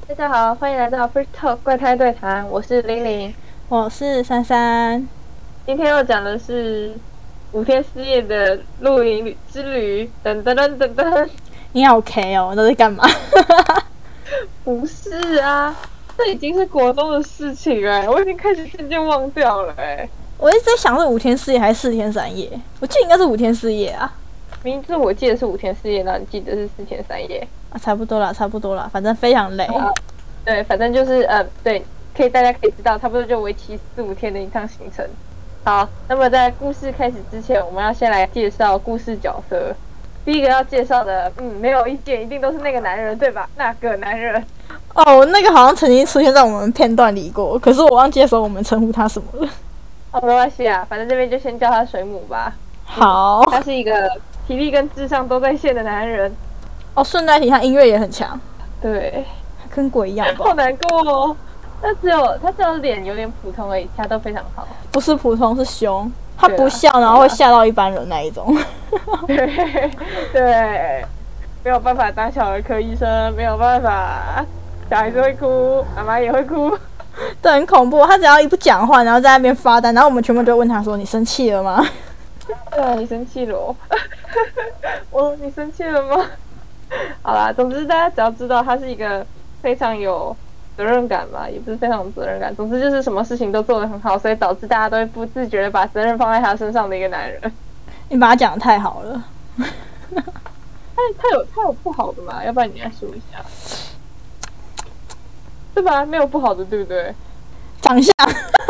大家好，欢迎来到 Free Talk 怪胎对谈，我是玲玲。 我是珊珊。 今天要讲的是5天4夜的露营之旅，噔噔噔噔噔。 你好 K 哦，都在干嘛？ 不是啊，这已经是国中的事情了，我已经开始渐渐忘掉了哎。 我一直在想是5天4夜还是4天3夜，我记得应该是5天4夜啊。 名字我记得是5天4夜，然后你记得是4天3夜啊，差不多啦，差不多啦，反正非常累。 对，反正就是对，大家可以知道，差不多就为期4、5天的一趟行程。好，那么在故事开始之前，我们要先来介绍故事角色。第一个要介绍的，没有意见，一定都是那个男人，对吧？那个男人。 哦，那个好像曾经出现在我们片段里过，可是我忘记说我们称呼他什么了。 哦，没关系啊，反正这边就先叫他水母吧。 好。 他是一个体力跟智商都在线的男人。 哦，顺带提，他音乐也很强。 对， 跟鬼一样吧。 好难过哦。他只有脸有点普通而已，其他都非常好。 不是普通，是凶。他不笑，然后会吓到一般人那一种。 对，没有办法当小儿科医生，没有办法，小孩子会哭，妈妈也会哭。 对，很恐怖。他只要一不讲话，然后在那边发呆，然后我们全部就问他说：“你生气了吗？” 对啊，你生气了哦。你生气了吗？好啦，总之大家只要知道他是一个非常有责任感吧，也不是非常有责任感，总之就是什么事情都做得很好，所以导致大家都会不自觉的把责任放在他身上的一个男人。 你把他讲得太好了。 他有不好的吗？要不然你来说一下，对吧？没有不好的，对不对？ 长相。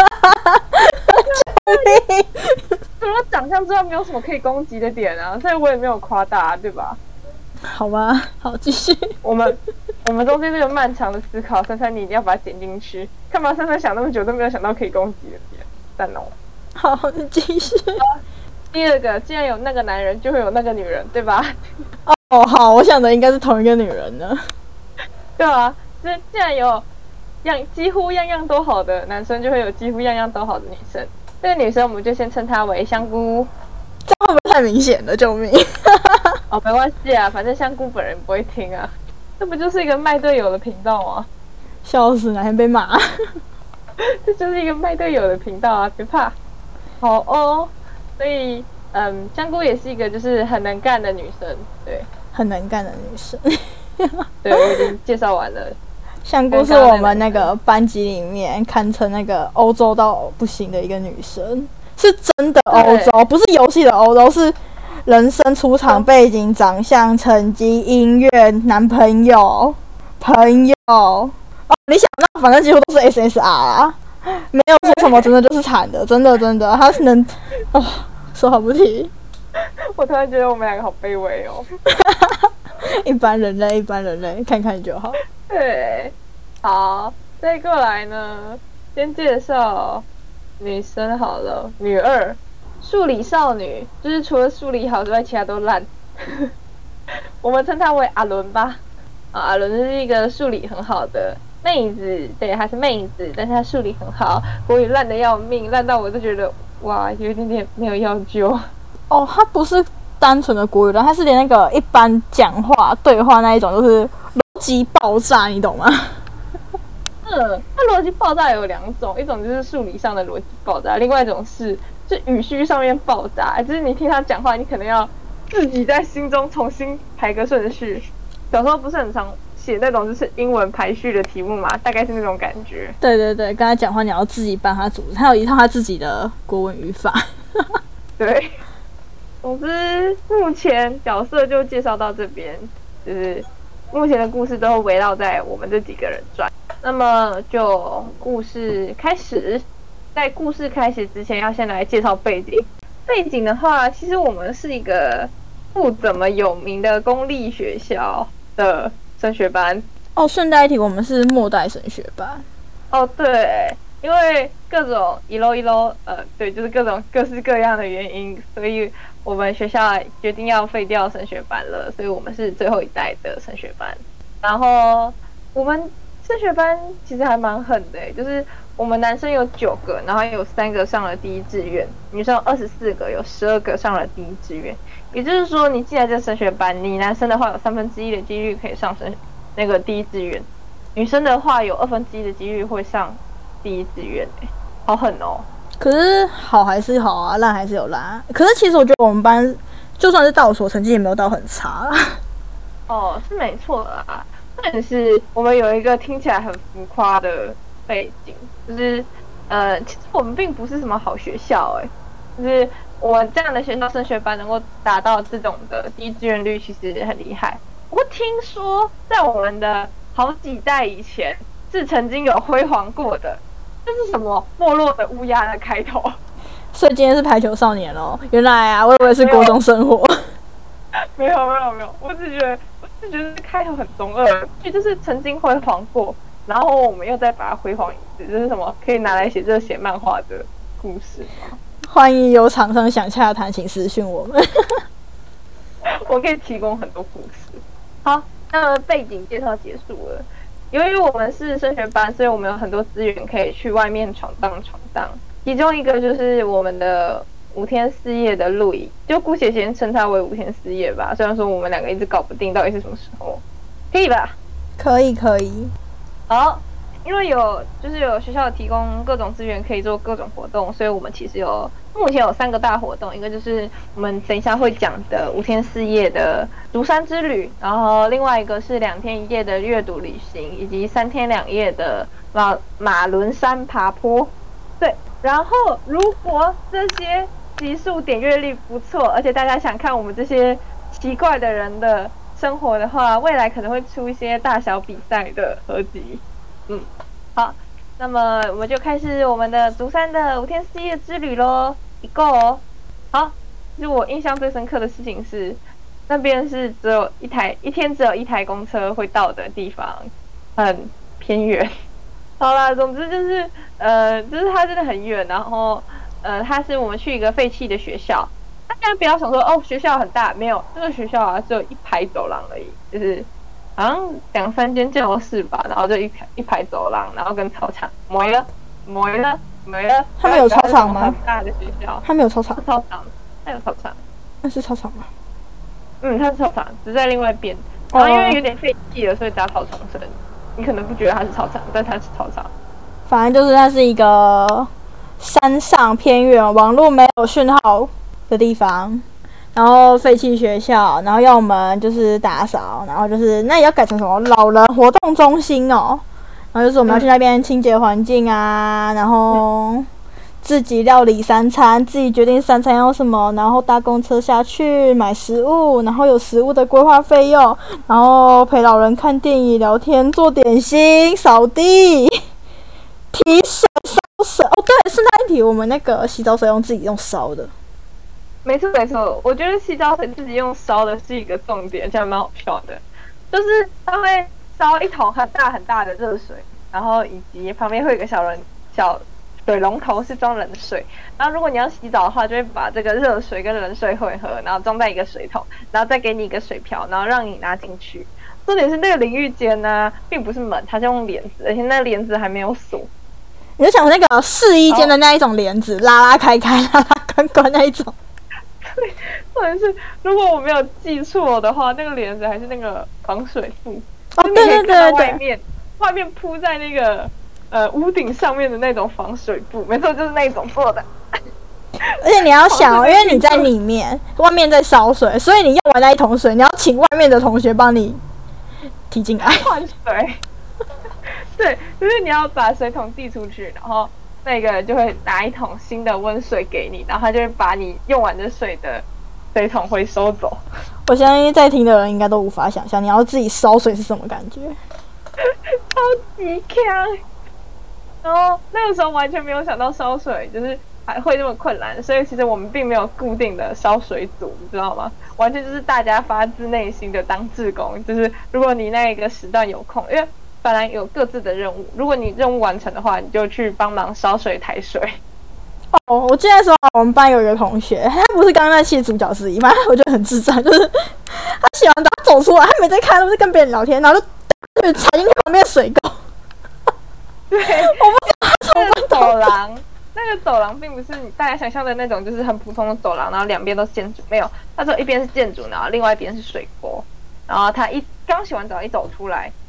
救命！ 除了长相之外，没有什么可以攻击的点啊，所以我也没有夸大，对吧？ 好吧，好，继续。 我们中间这个漫长的思考，珊珊你一定要把它剪进去。干嘛珊珊想那么久都没有想到可以攻击的点？赞哦！ 好，继续。 第二个，既然有那个男人，就会有那个女人，对吧？ 哦，好，我想的应该是同一个女人呢。 对啊，既然有几乎样样都好的男生，就会有几乎样样都好的女生。这个女生我们就先称她为香菇。 这样会不会太明显了？救命！ 哦，没关系啊，反正香菇本人不会听啊。这不就是一个卖队友的频道吗？ 笑死，哪天被骂？ 这就是一个卖队友的频道啊，别怕。好哦，所以香菇也是一个就是很能干的女生，对， 很能干的女生。 对，我已经介绍完了。 香菇是我们那个班级里面堪称那个欧洲到不行的一个女生，是真的欧洲，不是游戏的欧洲，是人生、出场背景、长相、成绩、音乐、男朋友、朋友。哦，你想到反正几乎都是 SSR 啦，没有说什么真的就是惨的，真的，他是能哦，说好不提。 我突然觉得我们两个好卑微哦。 一般人类，看看就好。 对，好，再过来呢，先介绍女生好了，女二，数理少女，就是除了数理好之外，其他都烂。我们称她为阿伦吧。阿伦是一个数理很好的妹子，对，她是妹子，但是她数理很好，国语烂得要命，烂到我就觉得哇，有一点点没有要救。 哦，她不是单纯的国语烂，她是连那个一般讲话对话那一种，就是逻辑爆炸，你懂吗？ 它逻辑爆炸有两种，一种就是数理上的逻辑爆炸，另外一种是语序上面爆炸，就是你听他讲话，你可能要自己在心中重新排个顺序。小时候不是很常写那种就是英文排序的题目嘛，大概是那种感觉。 对，跟他讲话你要自己帮他组织，他有一套他自己的国文语法。 对，总之目前角色就介绍到这边，就是目前的故事都围绕在我们这几个人转。那么就故事开始，在故事开始之前要先来介绍背景。背景的话，其实我们是一个不怎么有名的公立学校的升学班。 哦，顺带一提，我们是末代升学班。 哦，对，因为各种一楼，对，就是各式各样的原因，所以我们学校决定要废掉升学班了，所以我们是最后一代的升学班。然后我们升学班其实还蛮狠的，就是我们男生有9个，然后有3个上了第一志愿，女生有24个，有12个上了第一志愿。也就是说，你进来这升学班，你男生的话有1/3的几率可以上那个第一志愿。 女生的话有1/2的几率会上第一志愿好狠哦。 可是好还是好啊，烂还是有烂啊。可是其实我觉得我们班就算是倒数，成绩也没有到很差。 哦，是没错啦。但是我们有一个听起来很浮夸的背景，就是其实我们并不是什么好学校就是我们这样的学校升学班能够达到这种的低志愿率，其实很厉害。不过听说在我们的好几代以前是曾经有辉煌过的，这是什么没落的乌鸦的开头。 所以今天是排球少年哦，原来啊，我以为是国中生活。 没有，我只觉得开头很中二，就是曾经辉煌过，然后我们又再把它辉煌一次，这是什么可以拿来写热血漫画的故事吗？ 欢迎有厂商想洽谈，请私讯我们。 我可以提供很多故事。好，那么背景介绍结束了。由于我们是升学班，所以我们有很多资源可以去外面闯荡。其中一个就是我们的5天4夜的露营，就姑且先称它为5天4夜吧。虽然说我们两个一直搞不定到底是什么时候，可以吧？ 可以。 好，因为有学校提供各种资源可以做各种活动，所以我们其实目前有3个大活动，一个就是我们等一下会讲的5天4夜的竹山之旅，然后另外一个是2天1夜的阅读旅行，以及3天2夜的马伦山爬坡。对，然后如果这些集数点阅率不错，而且大家想看我们这些奇怪的人的生活的话，未来可能会出一些大小比赛的合集。好，那么我们就开始我们的竹山的5天4夜之旅咯，一个哦。好，其实我印象最深刻的事情是，那边是一天只有一台公车会到的地方，很偏远。好啦，总之就是就是它真的很远，然后它是我们去一个废弃的学校。大家不要想说学校很大，没有，这个学校啊只有一排走廊而已，就是好像2、3间教室吧，然后就一排走廊，然后跟操场，没了。 他们有操场吗？ 很大的学校， 他们有操场。 操场，它有操场。 那是操场吗？ 它是操场，只是在另外一边。然后因为有点废弃了，所以杂草丛生。你可能不觉得它是操场，但它是操场。 反正就是它是一个山上偏远、网络没有讯号的地方，然后废弃学校，然后要我们就是打扫，然后就是那也要改成什么老人活动中心哦，然后就是我们要去那边清洁环境啊，然后自己料理3餐，自己决定3餐要什么，然后搭公车下去买食物，然后有食物的规划费用，然后陪老人看电影、聊天、做点心、扫地、提水、烧水。哦，对，顺带一提，我们那个洗澡水自己用烧的。 没错，我觉得洗澡水自己用烧的是一个重点，这样蛮好笑的。就是它会烧一桶很大的热水，然后以及旁边会有一个小水龙头是装冷水，然后如果你要洗澡的话，就会把这个热水跟冷水混合，然后装在一个水桶，然后再给你一个水瓢，然后让你拿进去。重点是那个淋浴间呢，并不是门，它是用帘子，而且那个帘子还没有锁。 你就想那个试衣间的那一种帘子，拉开，拉关那一种。 对，或者是如果我没有记错的话，那个帘子还是那个防水布。 哦， 对，外面铺在那个屋顶上面的那种防水布，没错，就是那一种做的。 而且你要想因为你在里面，外面在烧水，所以你用完那一桶水，你要请外面的同学帮你提进来换水。对，就是你要把水桶递出去，然后那个人就会拿一桶新的温水给你，然后他就会把你用完的水的水桶回收走。 我相信在听的人应该都无法想象你要自己烧水是什么感觉， 超级强。然后那个时候完全没有想到烧水就是还会这么困难，所以其实我们并没有固定的烧水组，你知道吗？完全就是大家发自内心的当志工，就是如果你那个时段有空，因为本来有各自的任务，如果你任务完成的话，你就去帮忙烧水抬水。 哦，我记得说我们班有一个同学，他不是刚刚那期主角之一吗？我觉得很智障，就是他洗完澡他走出来，他没在看，都是跟别人聊天，然后就踩进去旁边的水沟。 对，我不知道他那个走廊，那个走廊并不是你大家想象的那种，就是很普通的走廊，然后两边都是建筑，没有，他说一边是建筑，然后另外一边是水沟，然后他刚洗完澡一走出来，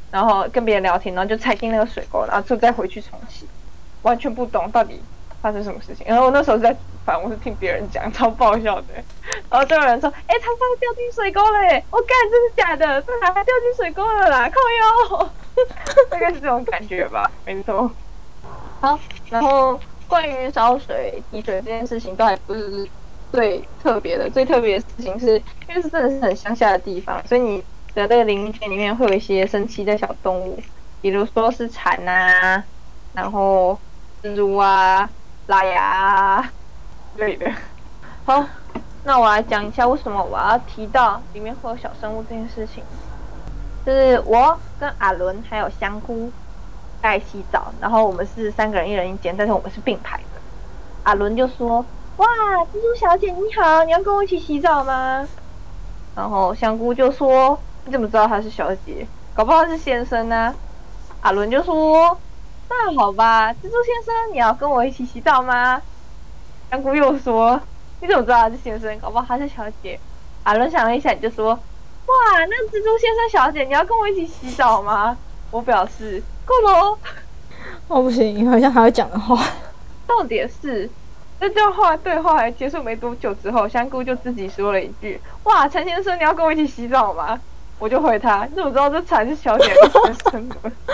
然后跟别人聊天，然后就踩进那个水沟，然后就再回去重洗，完全不懂到底发生什么事情。然后我那时候是在煮饭，我是听别人讲，超爆笑的。然后就有人说：“他掉进水沟了耶！”我干，这是假的，这还掉进水沟了啦，靠腰。大概是这种感觉吧，没错。好，然后关于烧水、滴水这件事情，都还不是最特别的。最特别的事情是，因为是真的是很乡下的地方，所以你的那个淋浴间里面会有一些神奇的小动物，比如说是蝉啊，然后蜘蛛啊、拉牙啊之类的。好，那我来讲一下为什么我要提到里面会有小生物这件事情。就是我跟阿伦还有香菇在洗澡，然后我们是3个人1人1间，但是我们是并排的。阿伦就说：“哇，蜘蛛小姐你好，你要跟我一起洗澡吗？”然后香菇就说：“你怎么知道她是小姐？搞不好是先生呢。”阿伦就说：“那好吧，蜘蛛先生，你要跟我一起洗澡吗？”香菇又说：“你怎么知道他是先生？搞不好他是小姐。”阿伦想了一下，就说：“哇，那蜘蛛先生小姐，你要跟我一起洗澡吗？”我表示够了哦。 哦，不行，好像还会讲的话。 重点是，这句话对话还结束没多久之后，香菇就自己说了一句：“哇，陈先生，你要跟我一起洗澡吗？”我就回他：“你怎么知道这蝉是小姐还是先生的？”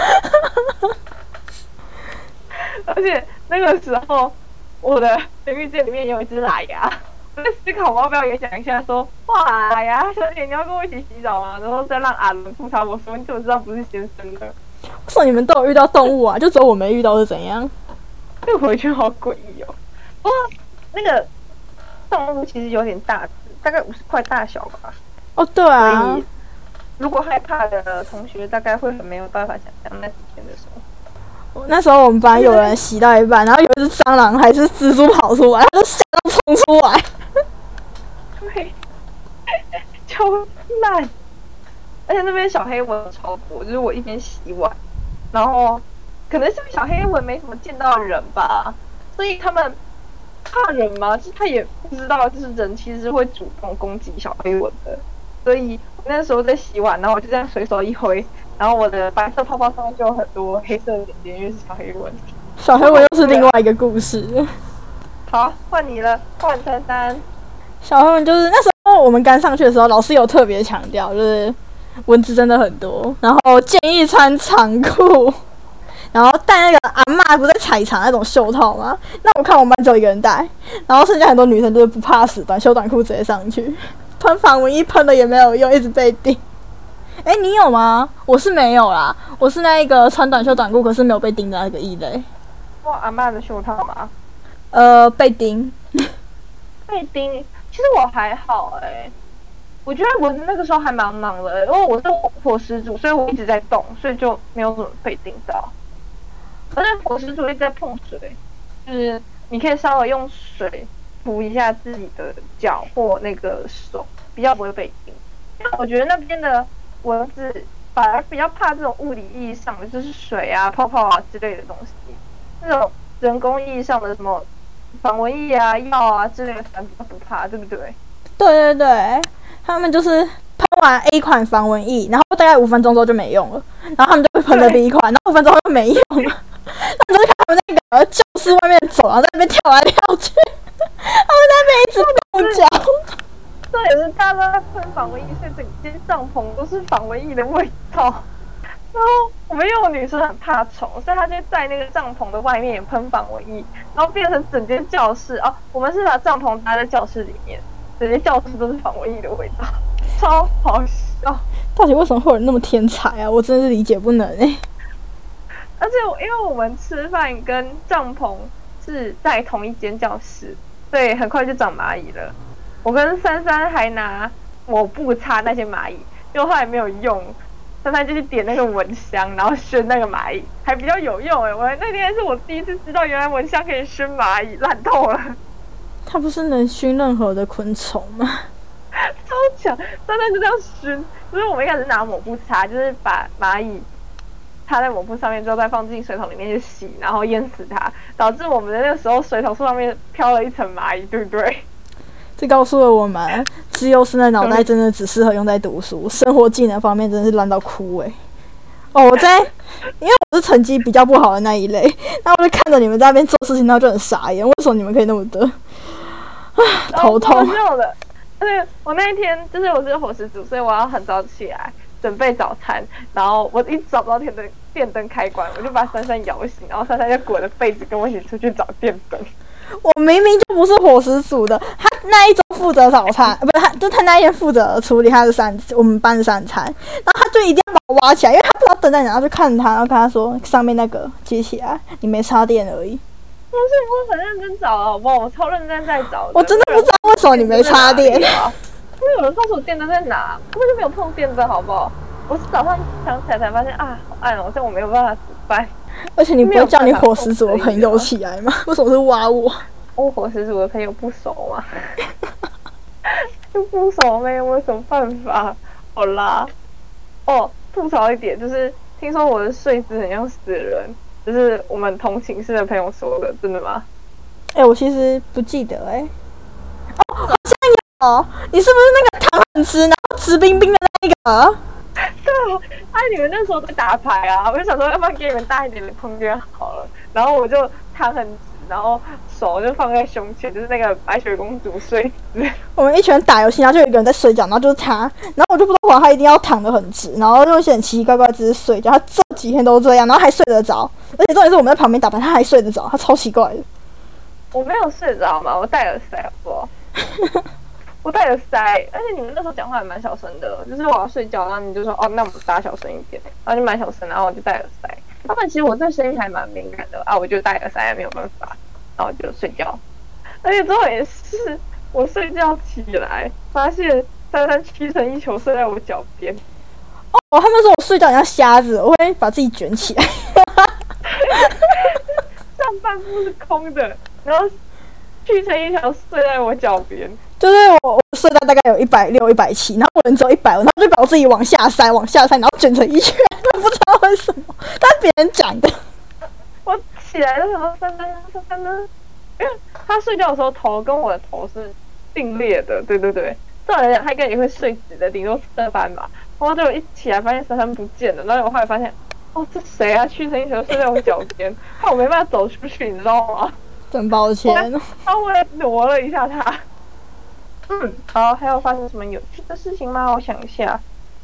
而且那个时候，我的淋浴间里面有一只喇牙。我在思考我要不要也讲一下说，哇呀，小姐你要跟我一起洗澡吗？然后再让阿伦吐槽我说，你怎么知道不是先生的？ 为什么你们都有遇到动物啊？就只有我没遇到是怎样？ 这个回圈好诡异哦。不过那个动物其实有点大只，大概50块大小吧。 哦，对啊。 所以如果害怕的同学，大概会很没有办法想象那几天的时候。 那时候我们班有人洗到一半，然后有一只蟑螂还是蜘蛛跑出来，他就吓到冲出来。 对，超烂。而且那边小黑蚊超多，就是我一边洗碗，然后可能是小黑蚊没什么见到人吧，所以他们怕人吗？就是他也不知道，就是人其实会主动攻击小黑蚊的。所以我那时候在洗碗，然后我就这样随手一挥，然后我的白色泡泡上面就有很多黑色的点点，因为是小黑蚊。 小黑蚊又是另外一个故事。 好，换你了，换33。 小黑蚊就是那时候我们刚上去的时候，老师有特别强调，就是蚊子真的很多，然后建议穿长裤，然后戴那个阿嬷不是在采肠那种袖套吗？那我看我们班只有一个人戴，然后剩下很多女生就是不怕死，短袖短裤直接上去。喷防蚊液喷了也没有用，一直被叮。你有吗？我是没有啦，我是那一个穿短袖短裤可是没有被叮的那个异类。 哇，阿嬷的袖套吗？ 被叮。 被叮，其实我还好我觉得我那个时候还蛮忙的，因为我是火石主，所以我一直在动，所以就没有怎么被叮到。而且火石主一直在碰水，就是你可以稍微用水涂一下自己的脚或那个手，比较不会被叮。因为我觉得那边的蚊子反而比较怕这种物理意义上的，就是水啊、泡泡啊之类的东西。那种人工意义上的什么防蚊液啊、药啊之类的，反而比较不怕，对不对？ 对对对，他们就是喷完 A 款防蚊液，然后大概5分钟之后就没用了，然后他们就会喷了 B 款，然后5分钟后就没用了。那就是看他们那个教室外面走，然后在那边跳来跳去，他们在那边一直动脚。 对，也是大家都在喷防蚊液，所以整间帐篷都是防蚊液的味道。然后我们因为我女生很怕虫，所以她就在那个帐篷的外面也喷防蚊液，然后变成整间教室哦。我们是把帐篷搭在教室里面，整间教室都是防蚊液的味道，超好笑。 到底为什么会有人那么天才啊？我真的是理解不能而且因为我们吃饭跟帐篷是在同一间教室，所以很快就长蚂蚁了。我跟33还拿抹布擦那些蚂蚁，结果后来没有用。33就去点那个蚊香，然后熏那个蚂蚁，还比较有用我那天是我第一次知道，原来蚊香可以熏蚂蚁，烂透了。 它不是能熏任何的昆虫吗？ 超强，33就这样熏。就是我们一开始拿抹布擦，就是把蚂蚁插在抹布上面之后，再放进水桶里面去洗，然后淹死它，导致我们的那个时候水桶上面飘了一层蚂蚁，对不对？ 这告诉了我们，资优生的脑袋真的只适合用在读书，生活技能方面真的是烂到哭哦，因为我是成绩比较不好的那一类，然后我就看着你们在那边做事情，然后就很傻眼，为什么你们可以那么的头痛？ 我那一天就是我是伙食组，所以我要很早起来准备早餐，然后我一找不到电灯开关，我就把珊珊摇醒，然后珊珊就裹着被子跟我一起出去找电灯。 我明明就不是伙食组的，他那一周负责早餐，不是他那一天负责处理我们班的3餐，然后他就一定要把我挖起来，因为他不知道灯在哪，然后就看他，然后跟他说上面那个接起来，你没插电而已。 不是，我很认真找了，好不好？我超认真在找的。 我真的不知道为什么你没插电。 因为有人告诉我电灯在哪，我根本就没有碰电灯，好不好？我是早上想起来才发现啊，好暗哦，这样我没有办法煮饭。 而且你不会叫你伙食组的朋友起来吗？为什么是挖我？ 我伙食组的朋友不熟嘛，就不熟没有什么办法。好啦，吐槽一点，就是听说我的睡姿很像死人，就是我们同寝室的朋友说的，真的吗？ 我其实不记得好像有，你是不是那个糖很直，然后直冰冰的那个？ 对啊，你们那时候在打牌啊，我就想说要不要给你们大一点的空间好了，然后我就躺很直，然后手就放在胸前，就是那个白雪公主睡姿。 我们一群人打游戏，然后就有一个人在睡觉，然后就是他，然后我就不知道为什么他一定要躺得很直，然后就很奇奇怪怪姿势睡觉，他这几天都这样，然后还睡得着，而且重点是我们在旁边打牌，他还睡得着，他超奇怪的。 我没有睡着嘛，我戴耳塞好不好？我戴耳塞，而且你们那时候讲话也蛮小声的，就是我要睡觉，然后你就说那我们大小声一点，然后就蛮小声，然后我就戴耳塞。他们其实我对声音还蛮敏感的啊，我就戴耳塞也没有办法，然后我就睡觉。而且重点是我睡觉起来，发现珊珊屈成一球睡在我脚边。 他们说我睡觉很像瞎子，我会把自己卷起来， 上半部是空的，然后屈成一条睡在我脚边。 就是我睡到大概有160、170，然后我人只有100，然后就把我自己往下塞，然后卷成一圈，我不知道为什么，但是别人讲的。 我起来的时候，珊珊呢？因为他睡觉的时候头跟我的头是并列的，对。照理来讲，他应该也会睡直的，顶多侧翻吧。然后就一起来发现珊珊不见了，然后我后来发现，这谁啊？屈成一球睡在我脚边，害我没办法走出去，你知道吗？ 真抱歉。 稍微挪了一下他。好，还有发生什么有趣的事情吗？我想一下。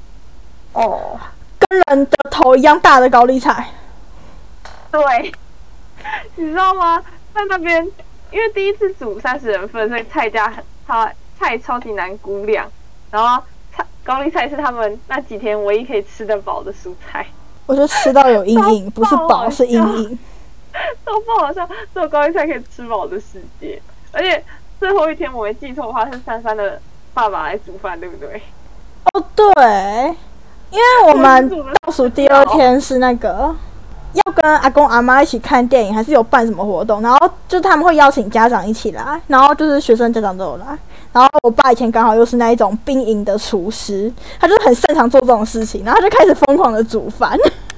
跟人的头一样大的高丽菜。 对，你知道吗？在那边，因为第一次煮30人份，所以菜超级难估量。然后高丽菜是他们那几天唯一可以吃得饱的蔬菜。 我就吃到有阴影，不是饱是阴影。 都不好笑，只有高丽菜可以吃饱的世界。而且最后一天我没记错的话，是珊珊的爸爸来煮饭，对不对？ 对，因为我们倒数第2天是那个要跟阿公阿妈一起看电影，还是有办什么活动，然后就他们会邀请家长一起来，然后就是学生家长都有来，然后我爸以前刚好又是那一种兵营的厨师，他就很擅长做这种事情，然后他就开始疯狂的煮饭。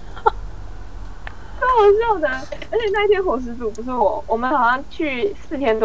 超好笑的，而且那一天伙食组不是我们好像去5天，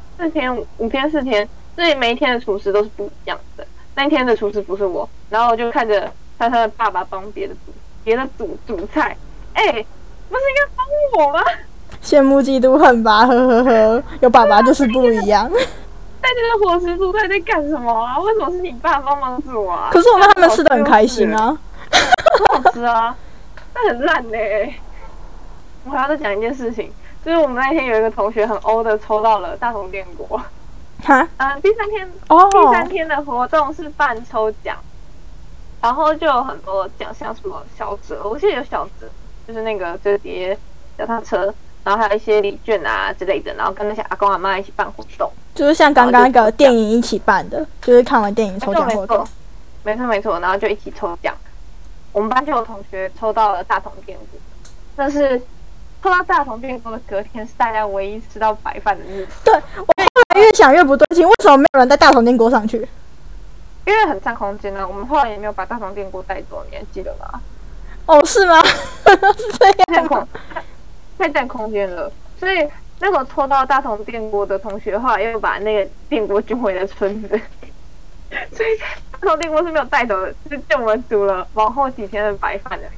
所以每一天的厨师都是不一样的。那一天的厨师不是我，然后我就看着他的爸爸帮别的组煮菜，不是应该帮我吗？ 羡慕嫉妒恨吧，呵呵呵，有爸爸就是不一样。 在这个伙食组在干什么啊？为什么是你爸帮忙煮啊？ 可是我让他们吃得很开心啊， 很好吃啊，但很烂我还要再讲一件事情，就是我们那天有一个同学很欧的抽到了大同电锅。第三天的活动是办抽奖，然后就有很多奖项，什么小折，我记得有小折，就是那个折叠脚踏车，然后还有一些礼券啊之类的，然后跟那些阿公阿妈一起办活动， 就是像刚刚那个电影一起办的，就是看完电影抽奖活动。 没错，然后就一起抽奖。我们班就有同学抽到了大同电锅，但是抽到大同电锅的隔天是大家唯一吃到白饭的日子。 对，我后来越想越不对劲，为什么没有人带大同电锅上去？ 因为很占空间啊，我们后来也没有把大同电锅带走，你还记得吗？ 是吗？是这样。 太占空间了，所以那个抽到大同电锅的同学后来又把那个电锅捐回了村子，所以大同电锅是没有带走的，就我们煮了往后几天的白饭的。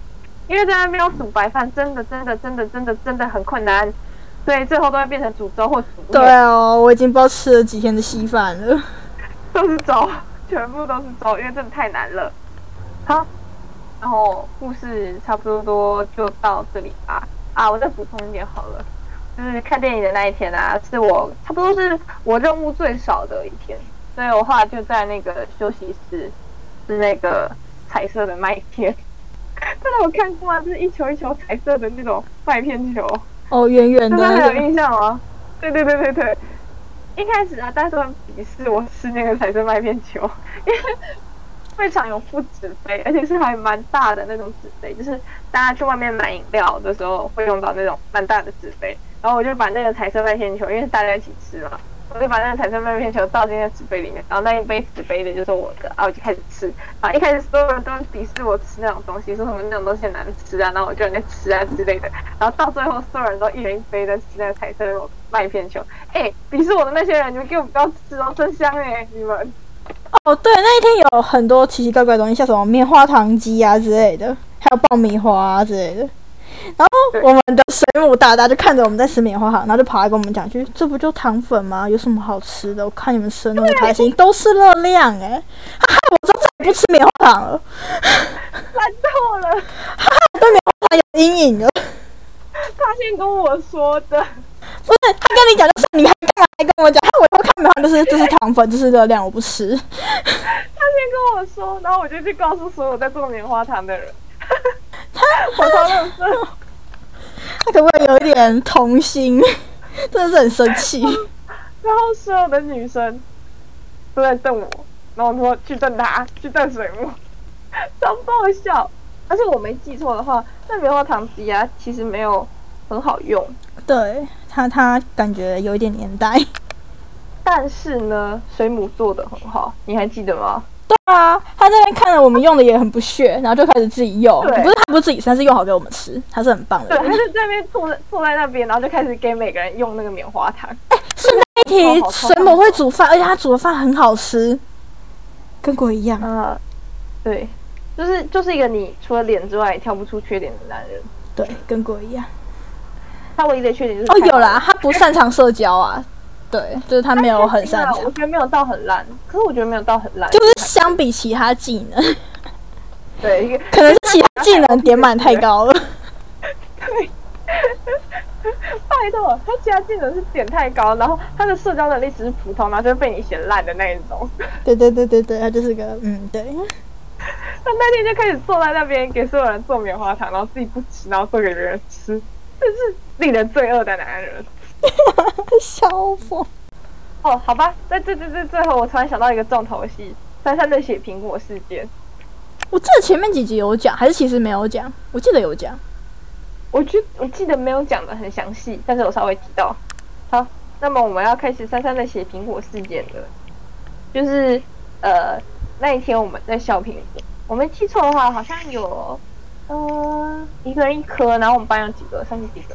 因为在那边要煮白饭，真的很困难，所以最后都会变成煮粥或煮面。 对哦，我已经不知道吃了几天的稀饭了， 都是粥，全部都是粥，因为真的太难了。好，然后故事差不多就到这里吧。啊，我再补充一点好了，就是看电影的那一天啊，是我差不多是我任务最少的一天，所以我后来就在那个休息室，是那个彩色的麦片。真的有看过吗？就是一球一球彩色的那种麦片球。 哦，圆圆的真的那种。 很有印象吗？对。一开始啊，大家都很鄙视我吃那个彩色麦片球，因为会场有附纸杯，而且是还蛮大的那种纸杯，就是大家去外面买饮料的时候会用到那种蛮大的纸杯。然后我就把那个彩色麦片球，因为是大家一起吃嘛，我就把那个彩色麦片球倒进那纸杯里面，然后那一杯纸杯的就是我的，然后我就开始吃。啊，一开始所有人都鄙视我吃那种东西，说什么那种东西很难吃啊，然后我就在吃啊之类的。然后到最后，所有人都一人一杯的吃那个彩色的麦片球。鄙视我的那些人，你们给我不要吃哦，真香你们。 哦，对，那一天有很多奇奇怪怪的东西，像什么棉花糖机啊之类的，还有爆米花啊之类的。然后我们的水母大大就看着我们在吃棉花糖，然后就跑来跟我们讲句：“这不就糖粉吗？有什么好吃的？我看你们吃的那么开心，都是热量哎！”他害我再也不吃棉花糖了， 烂透了。 他害我对棉花糖有阴影了。 他先跟我说的， 不是他跟你讲，就是你还干嘛还跟我讲？他我以后看棉花就是这是糖粉，这是热量，我不吃。 他先跟我说，然后我就去告诉所有在做棉花糖的人。我超认真。 他可不可以有一点童心？真的是很生气。 然后所有的女生都在瞪我，然后我说去瞪他，去瞪水木，超爆笑。而且我没记错的话，那棉花糖机啊，其实没有很好用。 对他感觉有一点年代。 但是呢，水母做的很好，你还记得吗？ 对啊，他在那边看着我们用的也很不屑，然后就开始自己用。不是他不是自己吃，他是用好给我们吃，他是很棒的。 对，他就在那边坐在那边，然后就开始给每个人用那个棉花糖。 是那一题水母会煮饭，而且他煮的饭很好吃，跟鬼一样。 对，就是一个你除了脸之外也挑不出缺点的男人。 对，跟鬼一样。 他唯一的缺点就是有啦，他不擅长社交啊。对，就是他没有很擅长。 我觉得没有到很烂，可是我觉得没有到很烂， 就是相比其他技能， 对， 可能是其他技能点满太高了。 对，拜托，他其他技能是点太高，然后他的社交能力只是普通，然后就被你嫌烂的那一种。 对，他就是个对。 他那天就开始坐在那边给所有人做棉花糖，然后自己不吃，然后做给别人吃，这是令人罪恶的男人。 笑疯。 哦，好吧，在最后，我突然想到一个重头戏，33的血苹果事件。 我记得前面几集有讲，还是其实没有讲？我记得有讲。 我记得没有讲的很详细，但是我稍微提到。好，那么我们要开始33的血苹果事件了。就是那一天我们在削苹果，我没记错的话，好像有一个人一颗，然后我们班有几个，30几个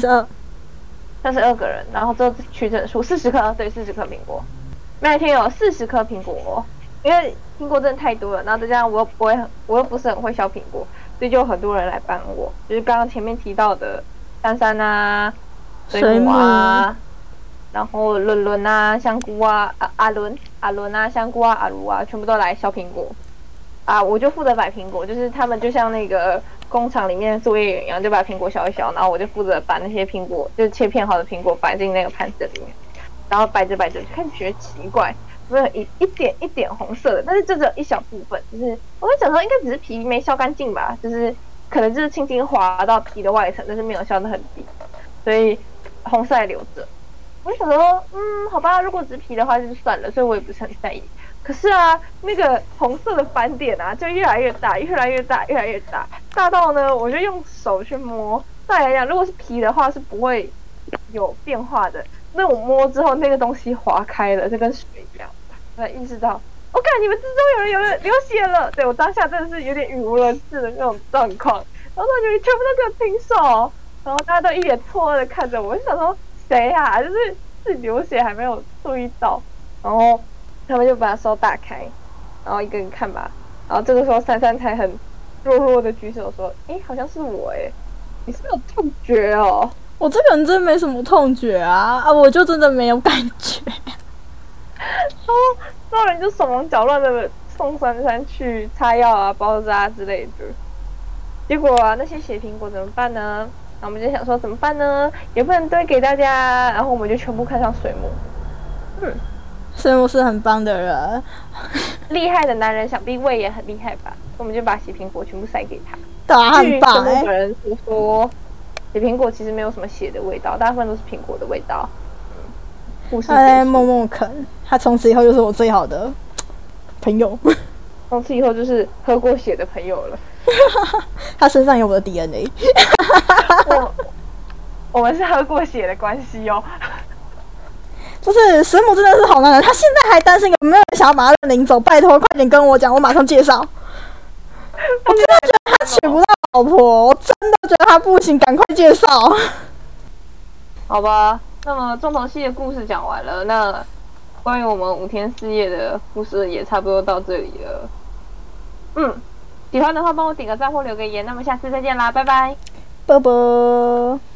，32个人，然后这取整数40颗，对，40颗苹果。那一天有40颗苹果，因为苹果真的太多了，然后再加上我又不是很会削苹果，所以就有很多人来帮我，就是刚刚前面提到的珊啊、水母啊，然后伦啊、香菇啊、阿伦啊、香菇啊、阿卢啊，全部都来削苹果。啊，我就负责摆苹果，就是他们就像那个工厂里面的作业员一样，就把苹果削一削，然后我就负责把那些苹果，就是切片好的苹果摆进那个盘子里面，然后摆着就开始觉得奇怪，没有一点红色的，但是就只有一小部分，就是我在想说应该只是皮没削干净吧，就是可能就是轻轻滑到皮的外层，但是没有削得很低，所以红色还留着。我就想说，好吧，如果只是皮的话就算了，所以我也不是很在意。可是啊，那个红色的斑点啊，就越来越大，大到呢，我就用手去摸。再来讲，如果是皮的话，是不会有变化的。那我摸之后，那个东西划开了，就跟水一样。我才意识到，我看你们之中有人流血了。对，我当下真的是有点语无伦次的那种状况。然后你们全部都给我停手，然后大家都一脸错愕的看着我，就想说谁啊？就是自己流血还没有注意到，然后他们就把手打开，然后一个人看吧。然后这个时候珊珊才很弱弱的举手说：“好像是我你是没有痛觉哦？” 我这个人真没什么痛觉啊，我就真的没有感觉。 然后人就手忙脚乱的送珊珊去擦药啊、包扎之类的。结果那些血苹果怎么办呢？那我们就想说怎么办呢？也不能堆给大家，然后我们就全部看上水母。 水母是很棒的人， 厉害的男人想必胃也很厉害吧？我们就把血苹果全部塞给他。 对啊，很棒据水母本人说，血苹果其实没有什么血的味道，大部分都是苹果的味道。 他在默默啃，他从此以后就是我最好的朋友。 从此以后就是喝过血的朋友了。 他身上有我的 DNA。 我们是喝过血的关系哦。 不是，水母真的是好男人，他现在还单身，有没有人想要把他领走？拜托，快点跟我讲，我马上介绍。我真的觉得他娶不到老婆，我真的觉得他不行，赶快介绍。 好吧，那么重头戏的故事讲完了，那关于我们5天4夜的故事也差不多到这里了。喜欢的话帮我点个赞或留个言，那么下次再见啦，拜拜。 啵啵。